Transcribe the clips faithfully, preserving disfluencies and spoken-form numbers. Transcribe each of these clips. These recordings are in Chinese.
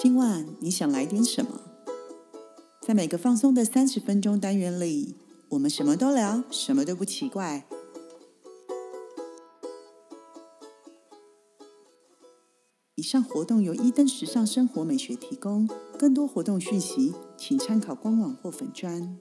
今晚你想来点什么？在每个放松的三十分钟单元里，我们什么都聊，什么都不奇怪。以上活动由伊登时尚生活美学提供，更多活动讯息请参考官网或粉专。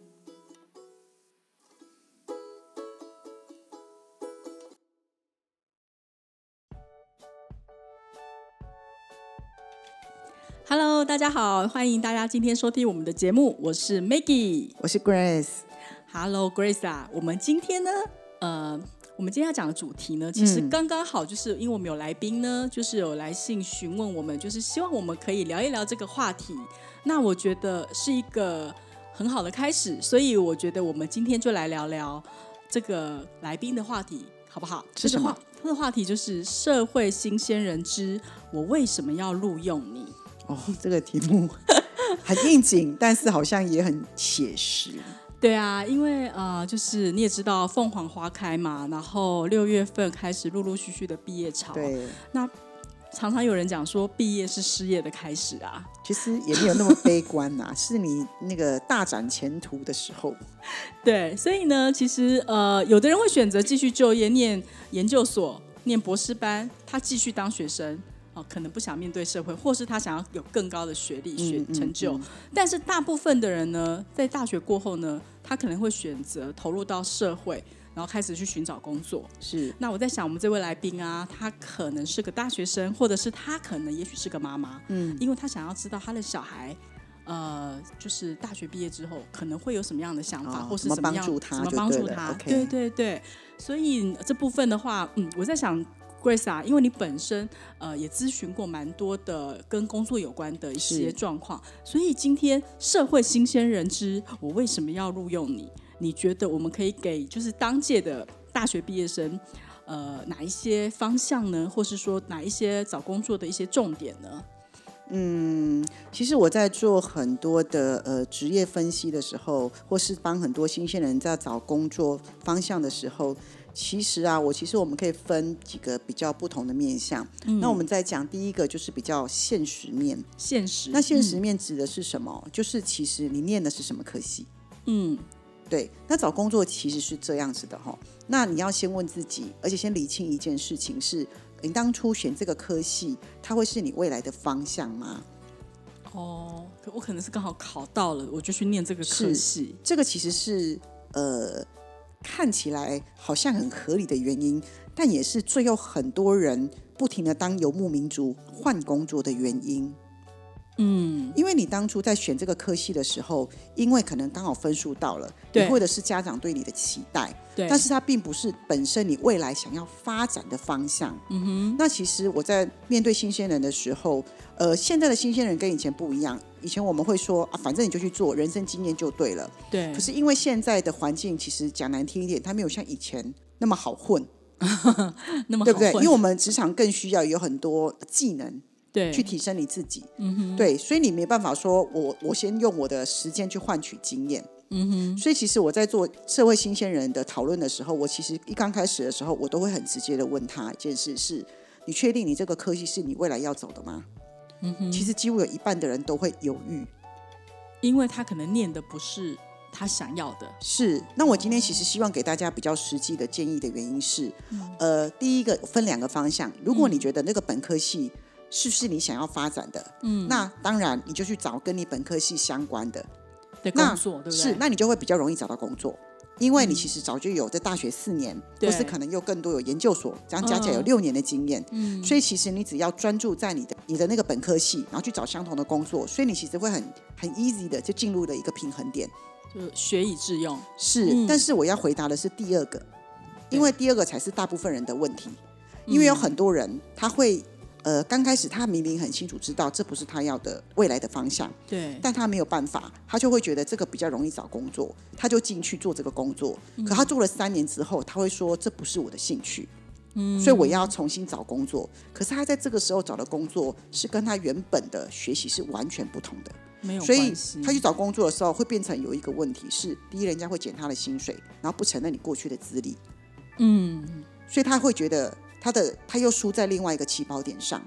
Hello， 大家好，欢迎大家今天收听我们的节目，我是 Maggie， 我是 Grace。Hello Grace 啊，我们今天呢，呃，我们今天要讲的主题呢，其实刚刚好，就是因为我们有来宾呢，就是有来信询问我们，就是希望我们可以聊一聊这个话题。那我觉得是一个很好的开始，所以我觉得我们今天就来聊聊这个来宾的话题，好不好？ 是什么？ 他的话题就是社会新鲜人之我为什么要录用你。 哦，这个题目很应景，但是好像也很写实。 对啊，因为呃，就是你也知道凤凰花开嘛，然后六月份开始陆陆续续的毕业潮。 对， 那常常有人讲说毕业是失业的开始啊， 其实也没有那么悲观啊，是你那个大展前途的时候。 对，所以呢，其实呃，有的人会选择继续就业，念研究所、念博士班，他继续当学生。哦、可能不想面对社会，或是他想要有更高的学历、学成就、嗯嗯嗯、但是大部分的人呢，在大学过后呢，他可能会选择投入到社会，然后开始去寻找工作。 是， 那我在想，我们这位来宾啊，他可能是个大学生，或者是他可能也许是个妈妈，嗯，因为他想要知道他的小孩呃，就是大学毕业之后可能会有什么样的想法、哦、或是怎么样怎么帮助他， 怎么帮助他，对对对，所以这部分的话，嗯，我在想Grace 啊，因为你本身呃也咨询过蛮多的跟工作有关的一些状况，所以今天社会新鲜人之我为什么要录用你？你觉得我们可以给就是当届的大学毕业生呃哪一些方向呢？或是说哪一些找工作的一些重点呢？ 嗯，其实我在做很多的呃职业分析的时候，或是帮很多新鲜人在找工作方向的时候，其实啊，我其实我们可以分几个比较不同的面向。嗯、那我们在讲第一个就是比较现实面， 现实。 那现实面指的是什么？嗯、就是其实你念的是什么科系？嗯，对。那找工作其实是这样子的哈。那你要先问自己，而且先理清一件事情是。你当初选这个科系，它会是你未来的方向吗？ 哦，我可能是刚好考到了，我就去念这个科系。 这个其实是呃看起来好像很合理的原因，但也是最后很多人不停的当游牧民族换工作的原因。嗯，因为你当初在选这个科系的时候，因为可能刚好分数到了，对，或者是家长对你的期待，对，但是它并不是本身你未来想要发展的方向。嗯哼，那其实我在面对新鲜人的时候，呃，现在的新鲜人跟以前不一样。以前我们会说啊，反正你就去做，人生经验就对了。对。可是因为现在的环境，其实讲难听一点，它没有像以前那么好混， 那么好混， 对不对？因为我们职场更需要有很多技能。对，去提升你自己。嗯哼，对，所以你没办法说我我先用我的时间去换取经验。嗯哼，所以其实我在做社会新鲜人的讨论的时候，我其实一刚开始的时候，我都会很直接的问他一件事是：你确定你这个科系是你未来要走的吗？嗯哼，其实几乎有一半的人都会犹豫， 因为他可能念的不是他想要的。 是，那我今天其实希望给大家比较实际的建议的原因是，嗯、呃，第一个分两个方向，如果你觉得那个本科系是不是你想要发展的？嗯，那当然你就去找跟你本科系相关的的工作，对不对？ 是，那你就会比较容易找到工作，因为你其实早就有在大学四年，嗯、或是可能又更多有研究所，这样加起来有六年的经验。嗯，所以其实你只要专注在你的你的那个本科系，然后去找相同的工作，所以你其实会很很 easy 的就进入了一个平衡点， 就学以致用。 是，嗯、但是我要回答的是第二个，因为第二个才是大部分人的问题，因为有很多人他会。呃，刚开始他明明很清楚知道这不是他要的未来的方向，对，但他没有办法，他就会觉得这个比较容易找工作，他就进去做这个工作。嗯、可他做了三年之后，他会说这不是我的兴趣，嗯，所以我要重新找工作。可是他在这个时候找的工作是跟他原本的学习是完全不同的， 没有关系。 所以他去找工作的时候会变成有一个问题是：第一，人家会减他的薪水，然后不承认你过去的资历，嗯，所以他会觉得他的他又输在另外一个起跑点上。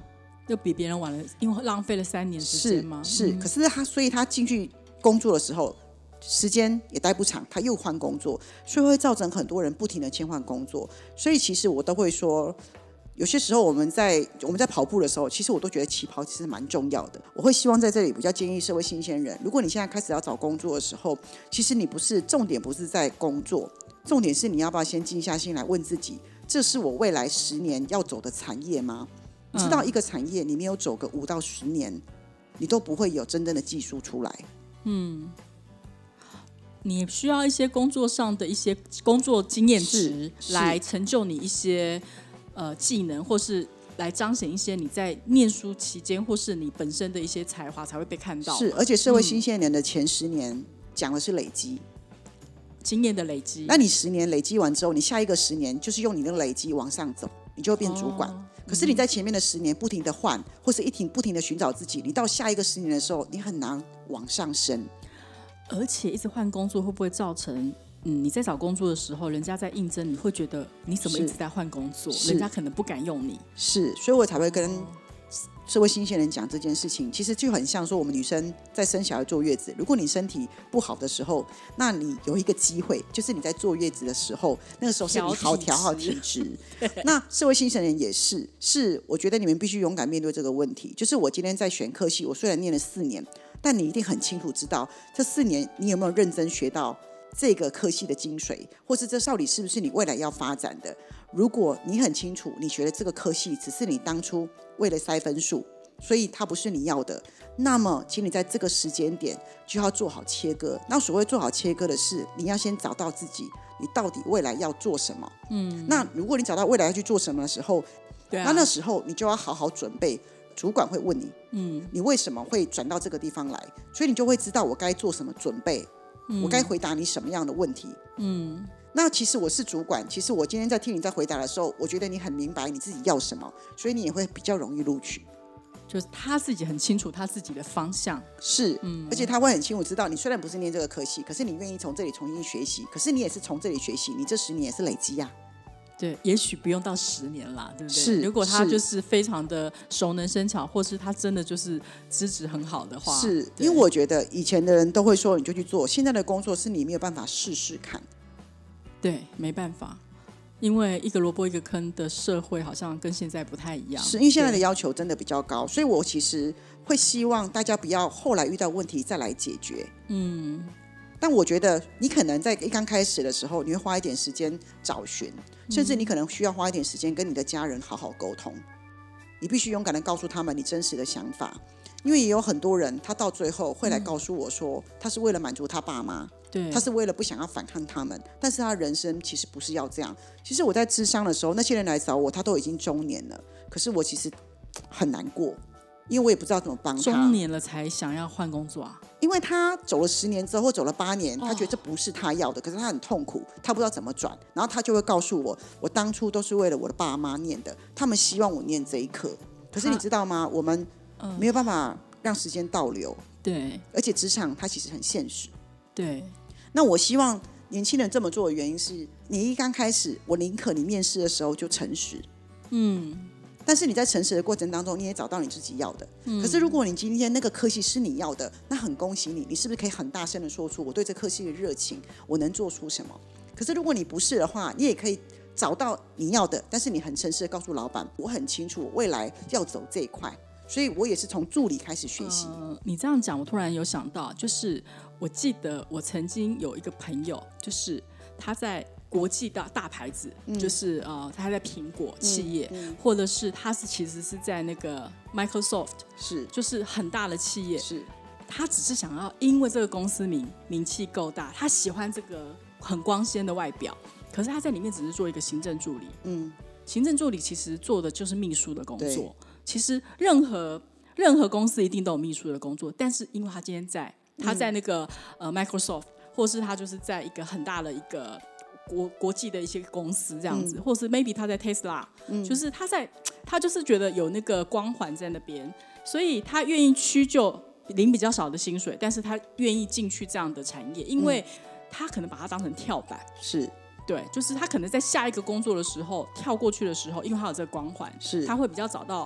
就比别人晚了，因为浪费了三年时间吗？ 是是、 嗯、 可是他所以他进去工作的时候时间也待不长，他又换工作，所以会造成很多人不停的切换工作。所以其实我都会说，有些时候我们在我们在跑步的时候，其实我都觉得起跑其实蛮重要的。我会希望在这里比较建议社会新鲜人，如果你现在开始要找工作的时候，其实你不是重点不是在工作，重点是你要不要先静下心来问自己，这是我未来十年要走的产业吗？你知道一个产业你没有走个五到十年，你都不会有真正的技术出来。嗯。 你需要一些工作上的一些工作经验值来成就你一些呃技能，或是来彰显一些你在念书期间或是你本身的一些才华才会被看到。 是，而且社会新鲜人的前十年讲的是累积、嗯、 经验的累积。 那你十年累积完之后，你下一个十年就是用你的累积往上走，你就会变主管。哦、可是你在前面的十年不停的换，或是一停不停的寻找自己，你到下一个十年的时候，你很难往上升。 而且一直换工作会不会造成，嗯，你在找工作的时候，人家在应征，你会觉得你怎么一直在换工作？人家可能不敢用你。 是，所以我才会跟社会新鲜人讲这件事情。其实就很像说，我们女生在生小孩坐月子，如果你身体不好的时候，那你有一个机会，就是你在坐月子的时候，那个时候是你好调好体质。那社会新鲜人也是，是我觉得你们必须勇敢面对这个问题。就是我今天在选科系，我虽然念了四年。但你一定很清楚知道这四年你有没有认真学到这个科系的精髓，或是这到底是不是你未来要发展的。如果你很清楚你学的这个科系只是你当初为了塞分数，所以它不是你要的，那么请你在这个时间点就要做好切割。那所谓做好切割的是，你要先找到自己你到底未来要做什么。嗯，那如果你找到未来要去做什么的时候，对啊，那那时候你就要好好准备。主管会问你，嗯，你为什么会转到这个地方来？所以你就会知道我该做什么准备，嗯、我该回答你什么样的问题。嗯，那其实我是主管，其实我今天在听你在回答的时候，我觉得你很明白你自己要什么，所以你也会比较容易录取。 就是他自己很清楚他自己的方向， 是，嗯，而且他会很清楚知道，你虽然不是念这个科系，可是你愿意从这里重新学习，可是你也是从这里学习，你这十年也是累积啊。 对，也许不用到十年啦，对不对？ 是， 如果他就是非常的熟能生巧，或是他真的就是资质很好的话， 是因为我觉得以前的人都会说你就去做，现在的工作是你没有办法试试看。 对，没办法，因为一个萝卜一个坑的社会好像跟现在不太一样。 是因为现在的要求真的比较高，所以我其实会希望大家不要后来遇到问题再来解决。嗯。但我觉得你可能在一刚开始的时候，你会花一点时间找寻，甚至你可能需要花一点时间跟你的家人好好沟通。你必须勇敢的告诉他们你真实的想法，因为也有很多人他到最后会来告诉我说，他是为了满足他爸妈，对，他是为了不想要反抗他们，但是他人生其实不是要这样。其实我在諮商的时候，那些人来找我，他都已经中年了，可是我其实很难过，因为我也不知道怎么帮他。 中年了才想要换工作啊？ 因为他走了十年之后，或走了八年，他觉得这不是他要的，可是他很痛苦，他不知道怎么转，然后他就会告诉我，我当初都是为了我的爸妈念的，他们希望我念这一科，可是你知道吗？我们没有办法让时间倒流，对，而且职场它其实很现实，对。那我希望年轻人这么做的原因是，你一刚开始，我宁可你面试的时候就诚实，嗯。但是你在诚实的过程当中，你也找到你自己要的。嗯、可是如果你今天那个科系是你要的，那很恭喜你，你是不是可以很大声的说出我对这科系的热情，我能做出什么？可是如果你不是的话，你也可以找到你要的，但是你很诚实的告诉老板，我很清楚我未来要走这一块，所以我也是从助理开始学习。 呃、你这样讲，我突然有想到，就是我记得我曾经有一个朋友，就是他在国际的大牌子，嗯、就是呃，他在苹果企业，嗯嗯、或者是他是其实是在那个 Microsoft， 是就是很大的企业，是他只是想要因为这个公司名名气够大，他喜欢这个很光鲜的外表，可是他在里面只是做一个行政助理，嗯，行政助理其实做的就是秘书的工作，其实任何任何公司一定都有秘书的工作，但是因为他今天在他在那个、嗯、呃 Microsoft， 或是他就是在一个很大的一个国国际的一些公司这样子，嗯、或是 maybe 他在 Tesla，嗯、就是他在他就是觉得有那个光环在那边，所以他愿意屈就领比较少的薪水，但是他愿意进去这样的产业，因为他可能把它当成跳板，是对，就是他可能在下一个工作的时候跳过去的时候，因为他有这个光环，是他会比较找到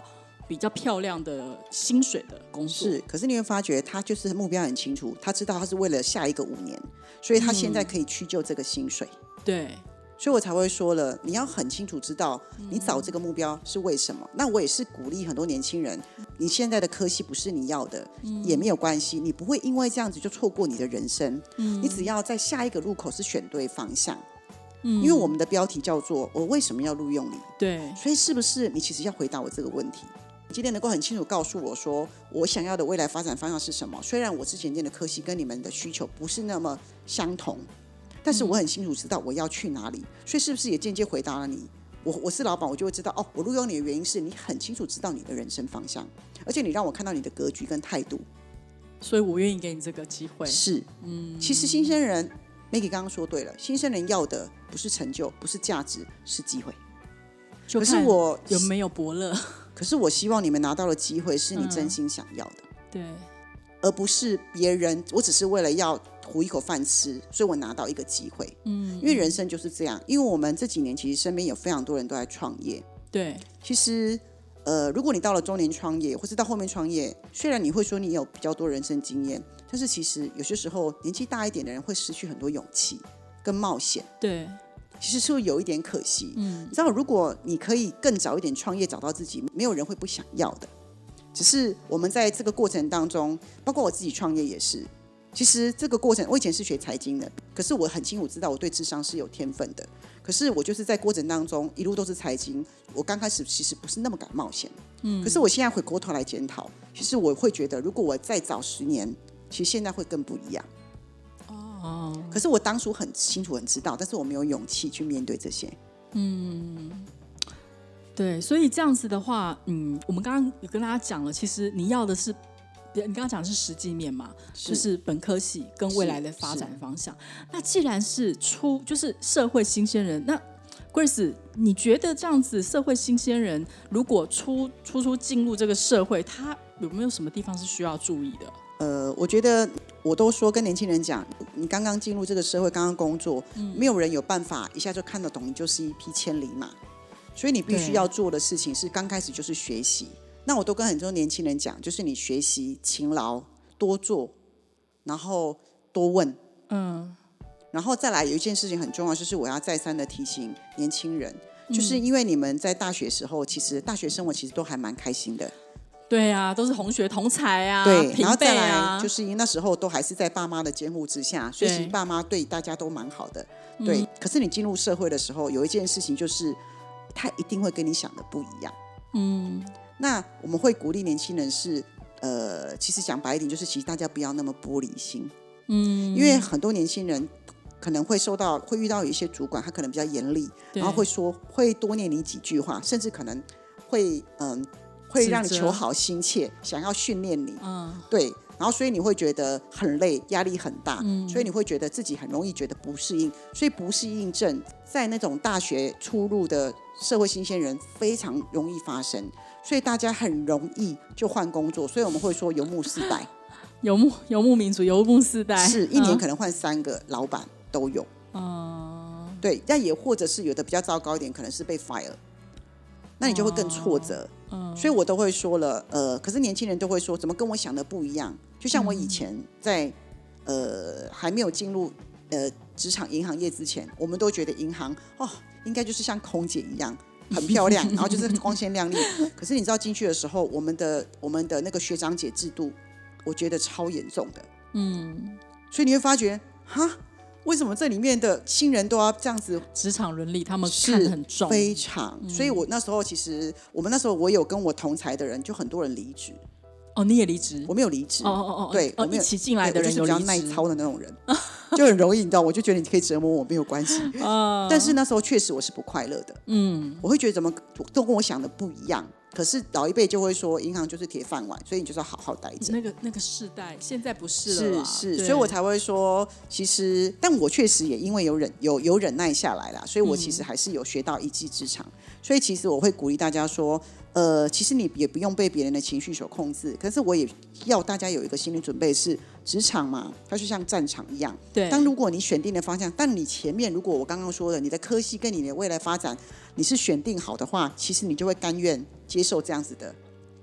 比较漂亮的薪水的工作。 是，可是你会发觉他就是目标很清楚，他知道他是为了下一个五年，所以他现在可以屈就这个薪水。 嗯、对。 所以我才会说了，你要很清楚知道你找这个目标是为什么。嗯、那我也是鼓励很多年轻人，你现在的科系不是你要的，嗯、也没有关系，你不会因为这样子就错过你的人生。嗯、你只要在下一个路口是选对方向。嗯、因为我们的标题叫做我为什么要录用你？ 对， 所以是不是你其实要回答我这个问题？今天能够很清楚告诉我说我想要的未来发展方向是什么？虽然我之前念的科系跟你们的需求不是那么相同，但是我很清楚知道我要去哪里，所以是不是也间接回答了你？我我是老板，我就会知道哦，我录用你的原因是你很清楚知道你的人生方向，而且你让我看到你的格局跟态度， 所以我愿意给你这个机会。 是，嗯，其实新生人 Maggie 刚刚说对了，新生人要的不是成就，不是价值，是机会。 可是我有没有伯乐？ 可是我希望你们拿到的机会是你真心想要的，嗯、 对， 而不是别人。我只是为了要糊一口饭吃，所以我拿到一个机会。嗯，因为人生就是这样。因为我们这几年其实身边有非常多人都在创业。 对， 其实呃，如果你到了中年创业，或是到后面创业，虽然你会说你有比较多人生经验，但是其实有些时候年纪大一点的人会失去很多勇气跟冒险。 对， 其实是会有一点可惜。嗯，你知道，如果你可以更早一点创业，找到自己，没有人会不想要的。只是我们在这个过程当中，包括我自己创业也是。其实这个过程，我以前是学财经的，可是我很清楚知道我对智商是有天分的。可是我就是在过程当中一路都是财经，我刚开始其实不是那么敢冒险。嗯，可是我现在回过头来检讨，其实我会觉得，如果我再早十年，其实现在会更不一样。哦，可是我当初很清楚很知道，但是我没有勇气去面对这些。 嗯，对，所以这样子的话，嗯，我们刚刚有跟大家讲了，其实你要的是，你刚刚讲的是实际面嘛，是就是本科系跟未来的发展方向。那既然是出就是社会新鲜人，那 Grace， 你觉得这样子社会新鲜人如果初初初进入这个社会，他有没有什么地方是需要注意的？ 呃，我觉得我都说跟年轻人讲，你刚刚进入这个社会，刚刚工作，嗯、没有人有办法一下就看得懂你就是一匹千里马，所以你必须要做的事情是刚开始就是学习。那我都跟很多年轻人讲，就是你学习、勤劳、多做，然后多问，嗯，然后再来有一件事情很重要，就是我要再三的提醒年轻人，就是因为你们在大学时候，其实大学生活其实都还蛮开心的。 对啊，都是同学同才啊， 对，然后再啊来就是因为那时候都还是在爸妈的监护之下，所以其实爸妈对大家都蛮好的。对，嗯、可是你进入社会的时候，有一件事情就是他一定会跟你想的不一样。嗯，那我们会鼓励年轻人是，呃，其实讲白一点，就是其实大家不要那么玻璃心。嗯，因为很多年轻人可能会受到会遇到有一些主管，他可能比较严厉，然后会说会多念你几句话，甚至可能会嗯。会让你求好心切，想要训练你，嗯，对，然后所以你会觉得很累，压力很大，嗯，所以你会觉得自己很容易觉得不适应，所以不适应症在那种大学初入的社会新鲜人非常容易发生，所以大家很容易就换工作，所以我们会说游牧四代， 游牧游牧民族，游牧四代， 是一年可能换三个老板都有，嗯，对，但也或者是有的比较糟糕一点，可能是被 fire。那你就会更挫折，嗯，所以我都会说了，呃，可是年轻人都会说，怎么跟我想的不一样？就像我以前在，呃，还没有进入呃职场银行业之前，我们都觉得银行哦，应该就是像空姐一样，很漂亮，然后就是光鲜亮丽。可是你知道进去的时候，我们的我们的那个学长姐制度，我觉得超严重的，嗯，所以你会发觉，哈。为什么这里面的新人都要这样子？ 职场伦理他们看得很重， 非常。嗯、所以我那时候其实，我们那时候我有跟我同才的人，就很多人离职。 哦，你也离职？ 我没有离职。 哦哦哦， 对， 哦，一起进来的人有离职， 我就是比较耐操的那种人，就很容易，你知道，我就觉得你可以折磨我没有关系。哦、但是那时候确实我是不快乐的。嗯，我会觉得怎么都跟我想的不一样。可是老一辈就会说，银行就是铁饭碗，所以你就是要好好待着。 那个那个世代，现在不是了， 是是，所以我才会说，其实，但我确实也因为有忍有有忍耐下来啦，所以我其实还是有学到一技之长。嗯、所以其实我会鼓励大家说，呃，其实你也不用被别人的情绪所控制，可是我也要大家有一个心理准备是，职场嘛，它就像战场一样。 对， 当如果你选定的方向，但你前面如果我刚刚说的，你的科系跟你的未来发展，你是选定好的话，其实你就会甘愿接受这样子的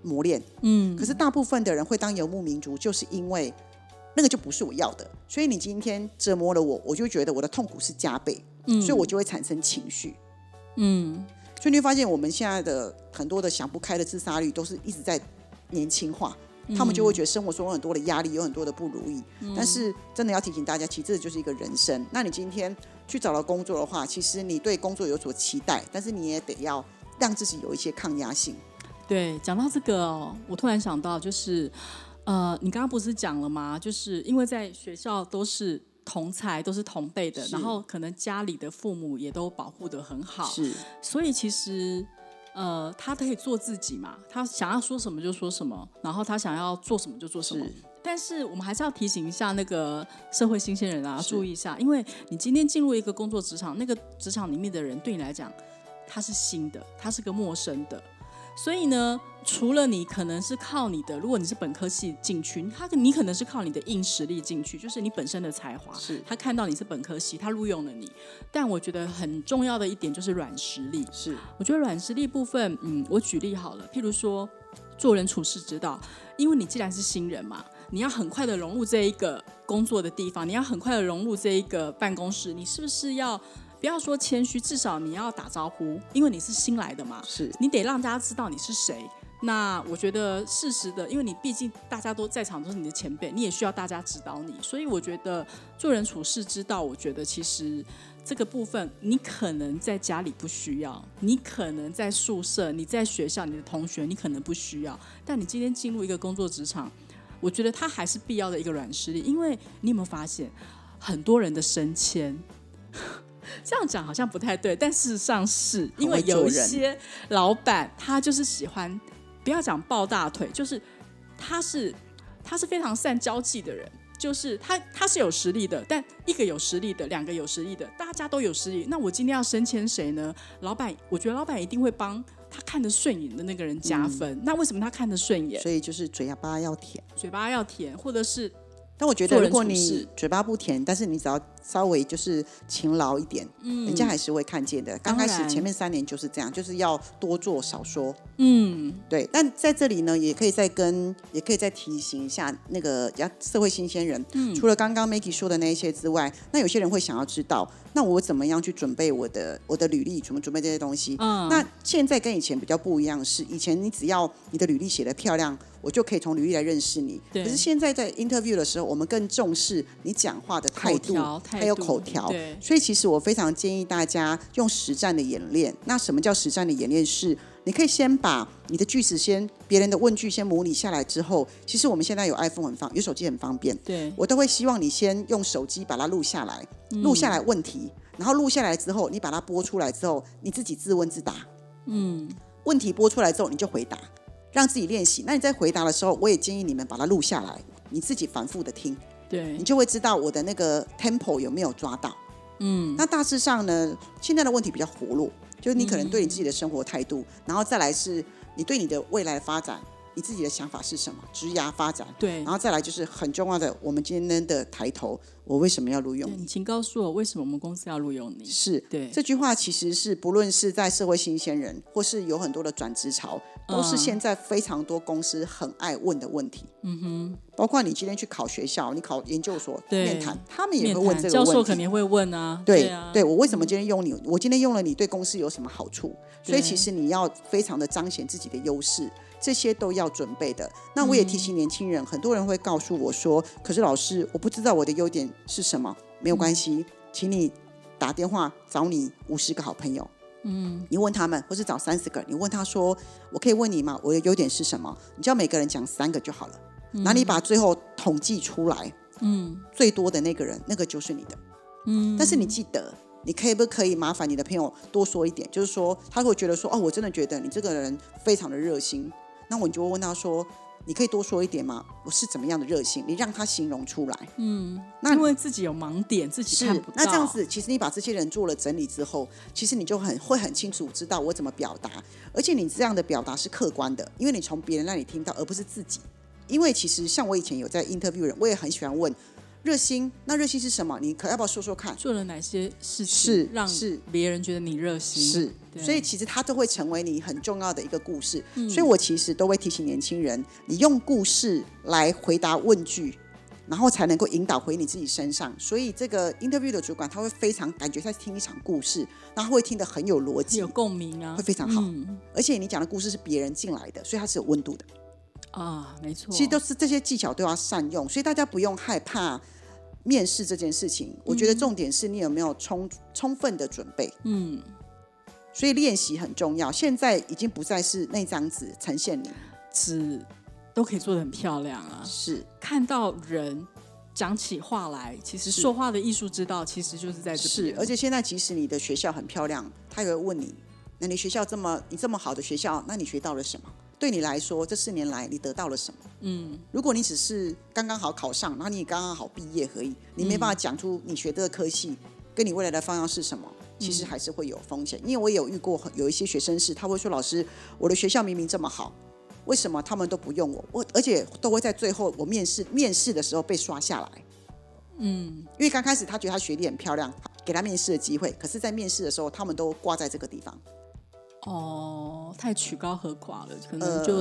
磨练。嗯，可是大部分的人会当游牧民族，就是因为那个就不是我要的，所以你今天折磨了我，我就觉得我的痛苦是加倍，嗯，所以我就会产生情绪。嗯，所以你会发现我们现在的很多的想不开的自杀率都是一直在年轻化，他们就会觉得生活中有很多的压力，有很多的不如意、嗯、但是真的要提醒大家，其实这就是一个人生。那你今天去找到工作的话，其实你对工作有所期待，但是你也得要让自己有一些抗压性。 对，讲到这个、哦、我突然想到就是呃，你刚刚不是讲了吗？就是因为在学校都是同才，都是同辈的，然后可能家里的父母也都保护得很好， 是， 所以其实呃，他可以做自己嘛，他想要说什么就说什么，然后他想要做什么就做什么。但是我们还是要提醒一下那个社会新鲜人啊，注意一下，因为你今天进入一个工作职场，那个职场里面的人对你来讲，他是新的，他是个陌生的。所以呢，除了你可能是靠你的，如果你是本科系进去，他你可能是靠你的硬实力进去，就是你本身的才华， 是他看到你是本科系，他录用了你。但我觉得很重要的一点就是软实力， 是我觉得软实力部分，嗯，我举例好了，譬如说做人处事之道，因为你既然是新人嘛，你要很快的融入这一个工作的地方，你要很快的融入这一个办公室，你是不是要？不要说谦虚，至少你要打招呼，因为你是新来的嘛， 是你得让大家知道你是谁。那我觉得适时的，因为你毕竟大家都在场都是你的前辈，你也需要大家指导你，所以我觉得做人处事之道，我觉得其实这个部分你可能在家里不需要，你可能在宿舍，你在学校，你的同学你可能不需要，但你今天进入一个工作职场，我觉得它还是必要的一个软实力。因为你有没有发现很多人的升迁这样讲好像不太对，但事实上是因为有一些老板他就是喜欢，不要讲抱大腿，就是他是他是非常善交际的人，就是他他是有实力的，但一个有实力的，两个有实力的，大家都有实力，那我今天要升迁谁呢？老板，我觉得老板一定会帮他看得顺眼的那个人加分、嗯、那为什么他看得顺眼？ 所以就是嘴巴要甜， 嘴巴要甜，或者是但我觉得如果你嘴巴不甜，但是你只要稍微就是勤劳一点、嗯、人家还是会看见的。刚开始前面三年就是这样，就是要多做少说。嗯，对。但在这里呢，也可以再跟也可以再提醒一下那个社会新鲜人、嗯、除了刚刚 Maggie 说的那一些之外，那有些人会想要知道，那我怎么样去准备我的我的履历，怎么准备这些东西、嗯、那现在跟以前比较不一样，是以前你只要你的履历写得漂亮，我就可以从履历来认识你。可是现在在 interview 的时候，我们更重视你讲话的态度还有口条，所以其实我非常建议大家用实战的演练。那什么叫实战的演练？是你可以先把你的句子先别人的问句先模拟下来之后，其实我们现在有 iPhone 很方有手机很方便， 对， 我都会希望你先用手机把它录下来，录下来问题、嗯、然后录下来之后你把它播出来之后，你自己自问自答，嗯，问题播出来之后你就回答，让自己练习。那你在回答的时候，我也建议你们把它录下来，你自己反复的听， 对， 你就会知道我的那个 tempo 有没有抓到。嗯，那大致上呢，现在的问题比较活络，就是你可能对你自己的生活态度、嗯、然后再来是你对你的未来的发展，你自己的想法是什么，职涯发展， 对， 然后再来就是很重要的，我们今天的抬头，我为什么要录用你？ 你请告诉我为什么我们公司要录用你？ 是， 对， 这句话其实是不论是在社会新鲜人，或是有很多的转职潮，都是现在非常多公司很爱问的问题。嗯哼，包括你今天去考学校，你考研究所面谈，他们也会问这个问题， 教授肯定会问啊。 对对啊， 对，我为什么今天用你？我今天用了你，对公司有什么好处？所以其实你要非常的彰显自己的优势。这些都要准备的。那我也提醒年轻人、嗯、很多人会告诉我说，可是老师我不知道我的优点是什么。没有关系、嗯、请你打电话找你五十个好朋友，嗯，你问他们，或是找三十个，你问他说，我可以问你吗？我的优点是什么？你叫每个人讲三个就好了，嗯、然后你把最后统计出来，嗯，最多的那个人，那个就是你的，嗯。但是你记得，你可以不可以麻烦你的朋友多说一点？就是说，他会觉得说，哦，我真的觉得你这个人非常的热心。那我就会问他说，你可以多说一点吗？我是怎么样的热心？你让他形容出来。嗯，那因为自己有盲点，自己看不到。 那这样子，其实你把这些人做了整理之后，其实你就很会很清楚知道我怎么表达，而且你这样的表达是客观的，因为你从别人那里听到，而不是自己。因为其实像我以前有在 interview 人，我也很喜欢问， 热心，那热心是什么？你可要不要说说看？ 做了哪些事情是让别人觉得你热心？ 是，所以其实它都会成为你很重要的一个故事。 嗯、 所以我其实都会提醒年轻人，你用故事来回答问句，然后才能够引导回你自己身上。所以这个 interview 的主管他会非常感觉在听一场故事，然后会听得很有逻辑， 有共鸣啊， 会非常好。 嗯、 而且你讲的故事是别人进来的，所以它是有温度的啊，没错。 其实都是这些技巧都要善用，所以大家不用害怕面试这件事情。我觉得重点是你有没有充充分的准备。嗯，所以练习很重要。现在已经不再是那张纸呈现你， 纸都可以做得很漂亮啊。 是看到人讲起话来，其实说话的艺术之道其实就是在这边。 是，而且现在即使你的学校很漂亮，他也会问你，那你学校这么你这么好的学校，那你学到了什么？对你来说，这四年来你得到了什么？嗯，如果你只是刚刚好考上，然后你刚刚好毕业而已，你没办法讲出你学这个科系跟你未来的方向是什么，其实还是会有风险。因为我也有遇过有一些学生是，他会说：“老师，我的学校明明这么好，为什么他们都不用我？我而且都会在最后我面试面试的时候被刷下来。”嗯，因为刚开始他觉得他学历很漂亮，给他面试的机会，可是在面试的时候，他们都挂在这个地方。 哦，太曲高和寡了，可能就是、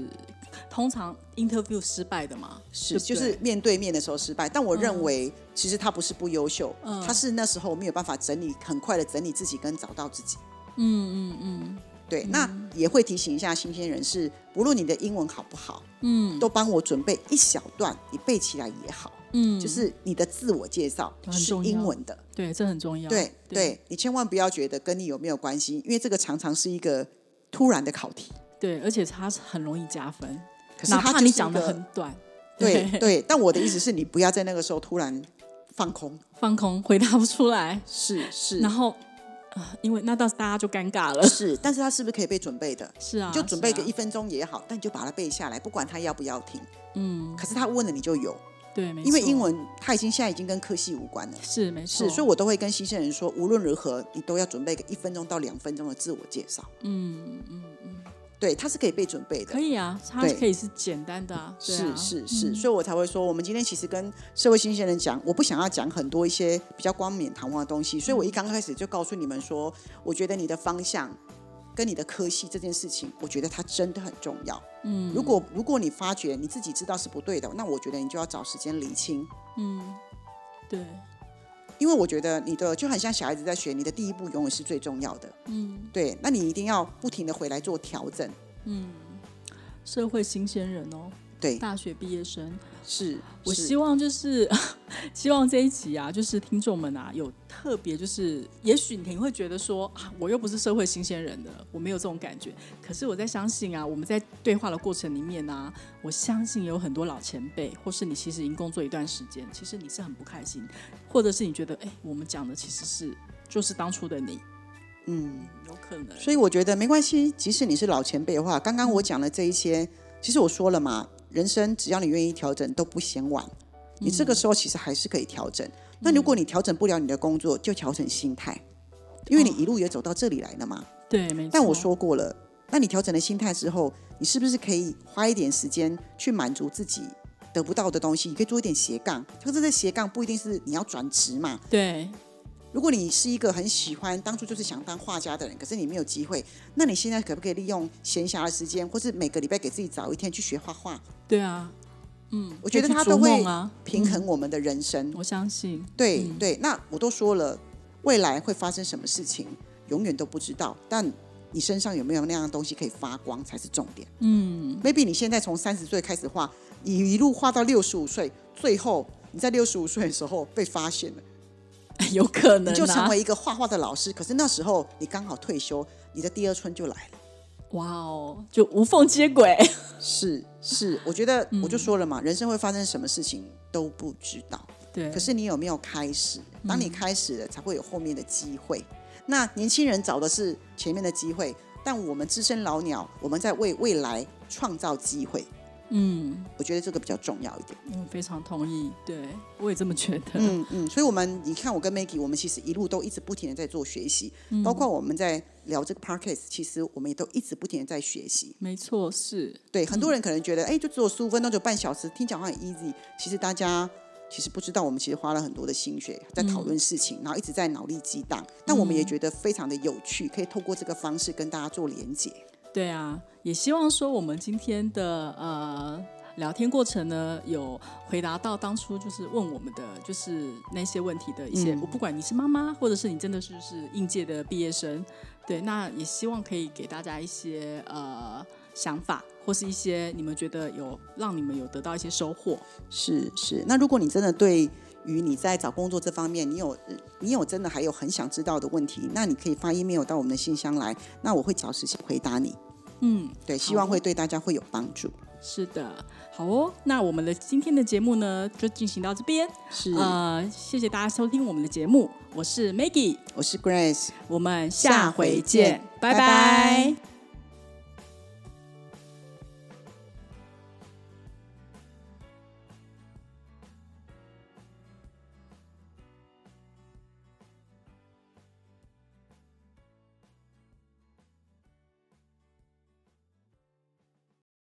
呃、通常 interview 失败的嘛， 是就是面对面的时候失败。但我认为，其实他不是不优秀，嗯、他是那时候没有办法整理，很快的整理自己跟找到自己。嗯嗯嗯，对，嗯、那也会提醒一下新鲜人士，不论你的英文好不好，嗯，都帮我准备一小段，你背起来也好。嗯，就是你的自我介绍是英文的， 对，这很重要。 对 对, 对，你千万不要觉得跟你有没有关系，因为这个常常是一个突然的考题。 对，而且它很容易加分， 可是它哪怕你讲得很短。 对 对, 对，但我的意思是你不要在那个时候突然放空， 放空回答不出来， 是是， 然后。呃、因为那到时大家就尴尬了。 是，但是他是不是可以被准备的？ 是啊， 你就准备个一分钟也好，啊、但你就把它背下来，不管他要不要听。嗯，可是他问了你就有。 对，没错。 因为英文他已经现在已经跟科系无关了。 是，没错。 是，所以我都会跟新鲜人说，无论如何，你都要准备个一分钟到两分钟的自我介绍。嗯嗯嗯。对，它是可以被准备的。 可以啊，它可以是简单的啊。 是啊是是、嗯，所以我才会说，我们今天其实跟社会新鲜人讲，我不想要讲很多一些比较冠冕堂皇的东西，所以我一刚开始就告诉你们说，我觉得你的方向跟你的科系这件事情，我觉得它真的很重要。嗯，如果如果你发觉你自己知道是不对的，那我觉得你就要找时间厘清。嗯， 对。 因为我觉得你的就很像小孩子在学，你的第一步永远是最重要的。嗯，对，那你一定要不停的回来做调整。嗯， 社会新鲜人哦， 对， 大学毕业生是， 我希望就是希望这一集啊，就是听众们啊，有特别就是，也许你会觉得说啊，我又不是社会新鲜人的，我没有这种感觉。可是我在相信啊，我们在对话的过程里面啊，我相信有很多老前辈，或是你其实已经工作一段时间，其实你是很不开心，或者是你觉得哎，我们讲的其实是就是当初的你。嗯，有可能。 所以我觉得没关系，即使你是老前辈的话，刚刚我讲的这一些，其实我说了嘛，人生只要你愿意调整都不嫌晚。你这个时候其实还是可以调整。嗯、那如果你调整不了你的工作，就调整心态，因为你一路也走到这里来了嘛。哦、 对，没错。 但我说过了，那你调整了心态之后，你是不是可以花一点时间去满足自己得不到的东西？你可以做一点斜杠，可是这斜杠不一定是你要转职嘛。 对。 如果你是一个很喜欢当初就是想当画家的人，可是你没有机会，那你现在可不可以利用闲暇的时间，或是每个礼拜给自己找一天去学画画？ 对啊，嗯， 我觉得它都会平衡我们的人生。 嗯、我相信， 对、嗯、对。那我都说了，未来会发生什么事情，永远都不知道。但你身上有没有那样的东西可以发光，才是重点。嗯 ，maybe 你现在从三十岁开始画，你一路画到六十五岁，最后你在六十五岁的时候被发现了。 有可能、啊、 你就成为一个画画的老师，可是那时候你刚好退休，你的第二春就来了。 哇哦，就无缝接轨。 是是，我觉得、嗯、我就说了嘛，人生会发生什么事情都不知道。 对， 可是你有没有开始？当你开始了，才会有后面的机会。嗯、那年轻人找的是前面的机会，但我们资深老鸟，我们在为未来创造机会。嗯，我觉得这个比较重要一点。 嗯，非常同意，对我也这么觉得。 嗯嗯，所以我们你看，我跟 Maggie， 我们其实一路都一直不停的在做学习，嗯、包括我们在聊这个 podcast， 其实我们也都一直不停的在学习。 没错，是。 对，很多人可能觉得，哎、嗯，就只有十五分钟，就半小时，听讲话很 easy。其实大家其实不知道我们其实花了很多的心血在讨论事情、嗯、然后一直在脑力激荡，但我们也觉得非常的有趣，可以透过这个方式跟大家做连结。 对啊，也希望说我们今天的呃聊天过程呢，有回答到当初就是问我们的就是那些问题的一些、嗯、我不管你是妈妈或者是你真的是是应届的毕业生，对，那也希望可以给大家一些呃想法，或是一些你们觉得有让你们有得到一些收获。 是是，那如果你真的对于你在找工作这方面，你有你有真的还有很想知道的问题，那你可以发 email 到我们的信箱来，那我会找时间回答你。嗯，对，希望会对大家会有帮助。 是的，好哦，那我们的今天的节目呢就进行到这边。 是， 呃，谢谢大家收听我们的节目，我是 Maggie， 我是 Grace， 我们下回见，拜拜。